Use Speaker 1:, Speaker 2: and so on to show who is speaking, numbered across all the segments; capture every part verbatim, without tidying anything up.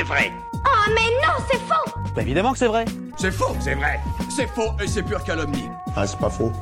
Speaker 1: vrai.
Speaker 2: Oh mais non, c'est faux.
Speaker 3: Bah évidemment que c'est vrai.
Speaker 4: C'est faux, c'est vrai. C'est faux et c'est pure calomnie.
Speaker 5: Ah, c'est pas faux.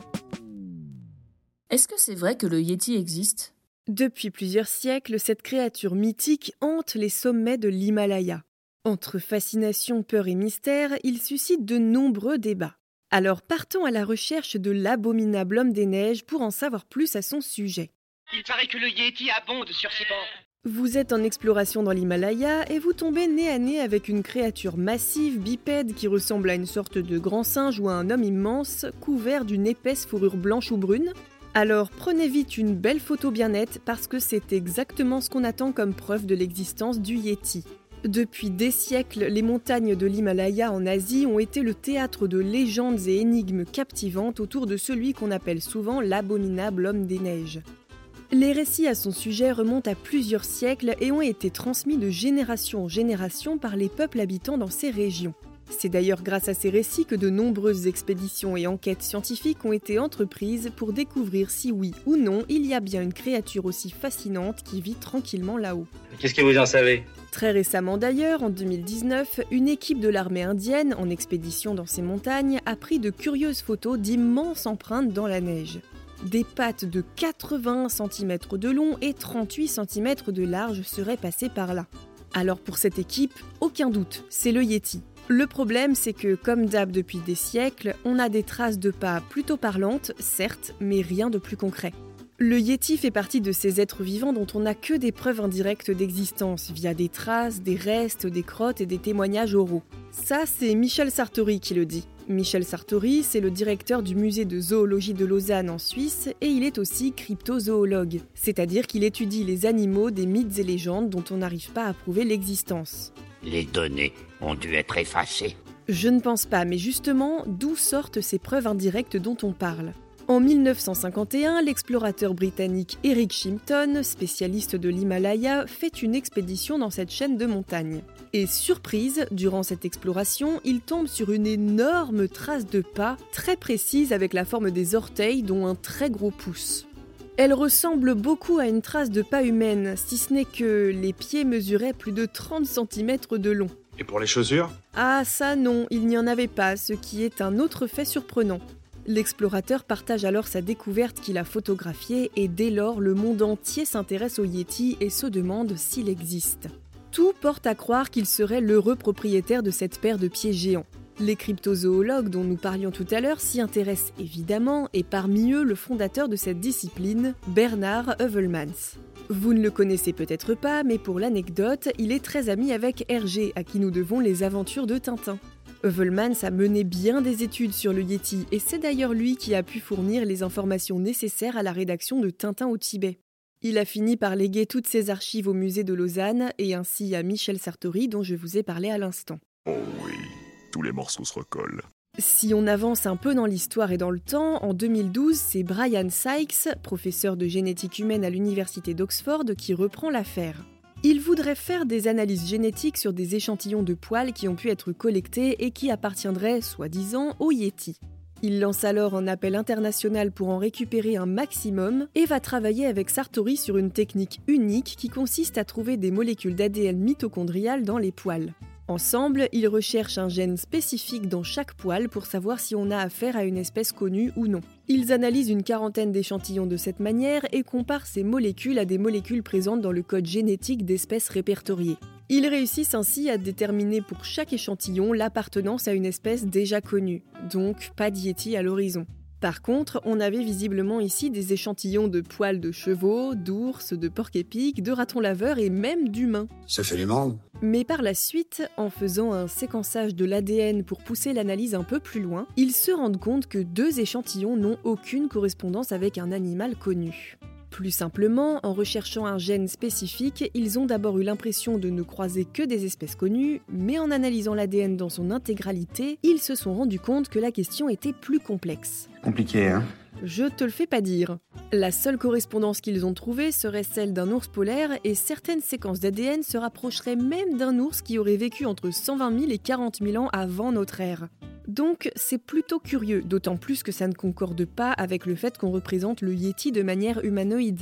Speaker 6: Est-ce que c'est vrai que le Yéti existe ?
Speaker 7: Depuis plusieurs siècles, cette créature mythique hante les sommets de l'Himalaya. Entre fascination, peur et mystère, il suscite de nombreux débats. Alors partons à la recherche de l'abominable homme des neiges pour en savoir plus à son sujet.
Speaker 8: Il paraît que le Yéti abonde sur ces bords.
Speaker 7: Vous êtes en exploration dans l'Himalaya et vous tombez nez à nez avec une créature massive, bipède, qui ressemble à une sorte de grand singe ou à un homme immense, couvert d'une épaisse fourrure blanche ou brune. Alors prenez vite une belle photo bien nette parce que c'est exactement ce qu'on attend comme preuve de l'existence du Yéti. Depuis des siècles, les montagnes de l'Himalaya en Asie ont été le théâtre de légendes et énigmes captivantes autour de celui qu'on appelle souvent l'abominable homme des neiges. Les récits à son sujet remontent à plusieurs siècles et ont été transmis de génération en génération par les peuples habitant dans ces régions. C'est d'ailleurs grâce à ces récits que de nombreuses expéditions et enquêtes scientifiques ont été entreprises pour découvrir si oui ou non il y a bien une créature aussi fascinante qui vit tranquillement là-haut.
Speaker 1: Qu'est-ce que vous en savez ?
Speaker 7: Très récemment d'ailleurs, en deux mille dix-neuf, une équipe de l'armée indienne, en expédition dans ces montagnes, a pris de curieuses photos d'immenses empreintes dans la neige. Des pattes de quatre-vingts centimètres de long et trente-huit centimètres de large seraient passées par là. Alors pour cette équipe, aucun doute, c'est le Yéti. Le problème, c'est que, comme d'hab depuis des siècles, on a des traces de pas plutôt parlantes, certes, mais rien de plus concret. Le Yéti fait partie de ces êtres vivants dont on n'a que des preuves indirectes d'existence, via des traces, des restes, des crottes et des témoignages oraux. Ça, c'est Michel Sartori qui le dit. Michel Sartori, c'est le directeur du musée de zoologie de Lausanne en Suisse et il est aussi cryptozoologue, c'est-à-dire qu'il étudie les animaux des mythes et légendes dont on n'arrive pas à prouver l'existence.
Speaker 1: Les données ont dû être effacées.
Speaker 7: Je ne pense pas, mais justement, d'où sortent ces preuves indirectes dont on parle ? En mille neuf cent cinquante et un, l'explorateur britannique Eric Shimpton, spécialiste de l'Himalaya, fait une expédition dans cette chaîne de montagnes. Et surprise, durant cette exploration, il tombe sur une énorme trace de pas, très précise avec la forme des orteils dont un très gros pouce. Elle ressemble beaucoup à une trace de pas humaine, si ce n'est que les pieds mesuraient plus de trente centimètres de long.
Speaker 9: Et pour les chaussures ?
Speaker 7: Ah ça non, il n'y en avait pas, ce qui est un autre fait surprenant. L'explorateur partage alors sa découverte qu'il a photographiée et dès lors le monde entier s'intéresse au Yéti et se demande s'il existe. Tout porte à croire qu'il serait l'heureux propriétaire de cette paire de pieds géants. Les cryptozoologues dont nous parlions tout à l'heure s'y intéressent évidemment et parmi eux le fondateur de cette discipline, Bernard Heuvelmans. Vous ne le connaissez peut-être pas, mais pour l'anecdote, il est très ami avec Hergé, à qui nous devons les aventures de Tintin. Heuvelmans a mené bien des études sur le Yéti et c'est d'ailleurs lui qui a pu fournir les informations nécessaires à la rédaction de Tintin au Tibet. Il a fini par léguer toutes ses archives au musée de Lausanne et ainsi à Michel Sartori dont je vous ai parlé à l'instant.
Speaker 9: Oh oui, tous les morceaux se recollent.
Speaker 7: Si on avance un peu dans l'histoire et dans le temps, en deux mille douze, c'est Brian Sykes, professeur de génétique humaine à l'université d'Oxford, qui reprend l'affaire. Il voudrait faire des analyses génétiques sur des échantillons de poils qui ont pu être collectés et qui appartiendraient, soi-disant, au Yéti. Il lance alors un appel international pour en récupérer un maximum et va travailler avec Sartori sur une technique unique qui consiste à trouver des molécules d'A D N mitochondriales dans les poils. Ensemble, ils recherchent un gène spécifique dans chaque poil pour savoir si on a affaire à une espèce connue ou non. Ils analysent une quarantaine d'échantillons de cette manière et comparent ces molécules à des molécules présentes dans le code génétique d'espèces répertoriées. Ils réussissent ainsi à déterminer pour chaque échantillon l'appartenance à une espèce déjà connue, donc pas de Yéti à l'horizon. Par contre, on avait visiblement ici des échantillons de poils de chevaux, d'ours, de porc-épic, de ratons laveurs et même d'humains.
Speaker 5: Ça fait du monde.
Speaker 7: Mais par la suite, en faisant un séquençage de l'A D N pour pousser l'analyse un peu plus loin, ils se rendent compte que deux échantillons n'ont aucune correspondance avec un animal connu. Plus simplement, en recherchant un gène spécifique, ils ont d'abord eu l'impression de ne croiser que des espèces connues, mais en analysant l'A D N dans son intégralité, ils se sont rendus compte que la question était plus complexe.
Speaker 5: Compliqué, hein ?
Speaker 7: Je te le fais pas dire. La seule correspondance qu'ils ont trouvée serait celle d'un ours polaire et certaines séquences d'A D N se rapprocheraient même d'un ours qui aurait vécu entre cent vingt mille et quarante mille ans avant notre ère. Donc c'est plutôt curieux, d'autant plus que ça ne concorde pas avec le fait qu'on représente le Yéti de manière humanoïde.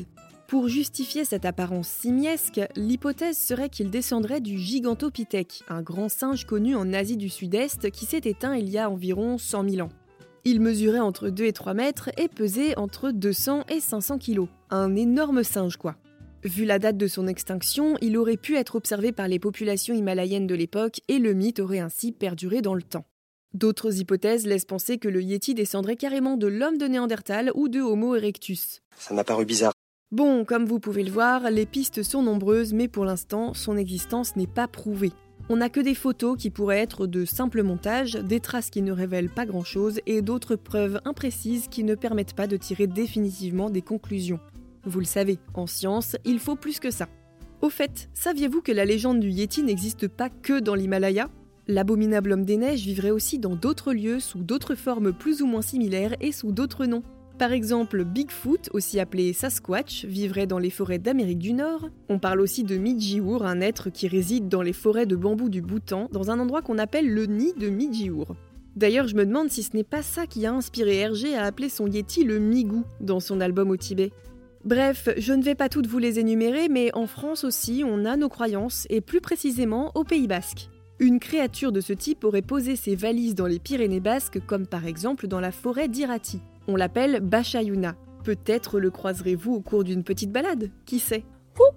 Speaker 7: Pour justifier cette apparence simiesque, l'hypothèse serait qu'il descendrait du Gigantopithèque, un grand singe connu en Asie du Sud-Est qui s'est éteint il y a environ cent mille ans. Il mesurait entre deux et trois mètres et pesait entre deux cents et cinq cents kilos. Un énorme singe quoi. Vu la date de son extinction, il aurait pu être observé par les populations himalayennes de l'époque et le mythe aurait ainsi perduré dans le temps. D'autres hypothèses laissent penser que le Yéti descendrait carrément de l'homme de Néandertal ou de Homo erectus.
Speaker 3: Ça m'a paru bizarre.
Speaker 7: Bon, comme vous pouvez le voir, les pistes sont nombreuses, mais pour l'instant, son existence n'est pas prouvée. On n'a que des photos qui pourraient être de simples montages, des traces qui ne révèlent pas grand-chose et d'autres preuves imprécises qui ne permettent pas de tirer définitivement des conclusions. Vous le savez, en science, il faut plus que ça. Au fait, saviez-vous que la légende du Yéti n'existe pas que dans l'Himalaya ? L'abominable homme des neiges vivrait aussi dans d'autres lieux sous d'autres formes plus ou moins similaires et sous d'autres noms. Par exemple, Bigfoot, aussi appelé Sasquatch, vivrait dans les forêts d'Amérique du Nord. On parle aussi de Midjiur, un être qui réside dans les forêts de bambou du Bhoutan, dans un endroit qu'on appelle le nid de Midjiur. D'ailleurs, je me demande si ce n'est pas ça qui a inspiré Hergé à appeler son Yéti le Migou dans son album au Tibet. Bref, je ne vais pas toutes vous les énumérer, mais en France aussi, on a nos croyances, et plus précisément au Pays Basque. Une créature de ce type aurait posé ses valises dans les Pyrénées basques, comme par exemple dans la forêt d'Irati. On l'appelle Bachayuna. Peut-être le croiserez-vous au cours d'une petite balade, qui sait ?
Speaker 6: Coucou !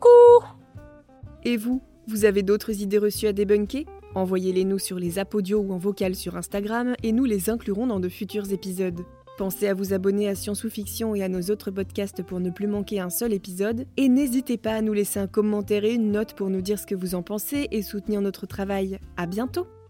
Speaker 7: Et vous, vous avez d'autres idées reçues à débunker ? Envoyez-les nous sur les apodios ou en vocal sur Instagram et nous les inclurons dans de futurs épisodes. Pensez à vous abonner à Science ou Fiction et à nos autres podcasts pour ne plus manquer un seul épisode. Et n'hésitez pas à nous laisser un commentaire et une note pour nous dire ce que vous en pensez et soutenir notre travail. À bientôt!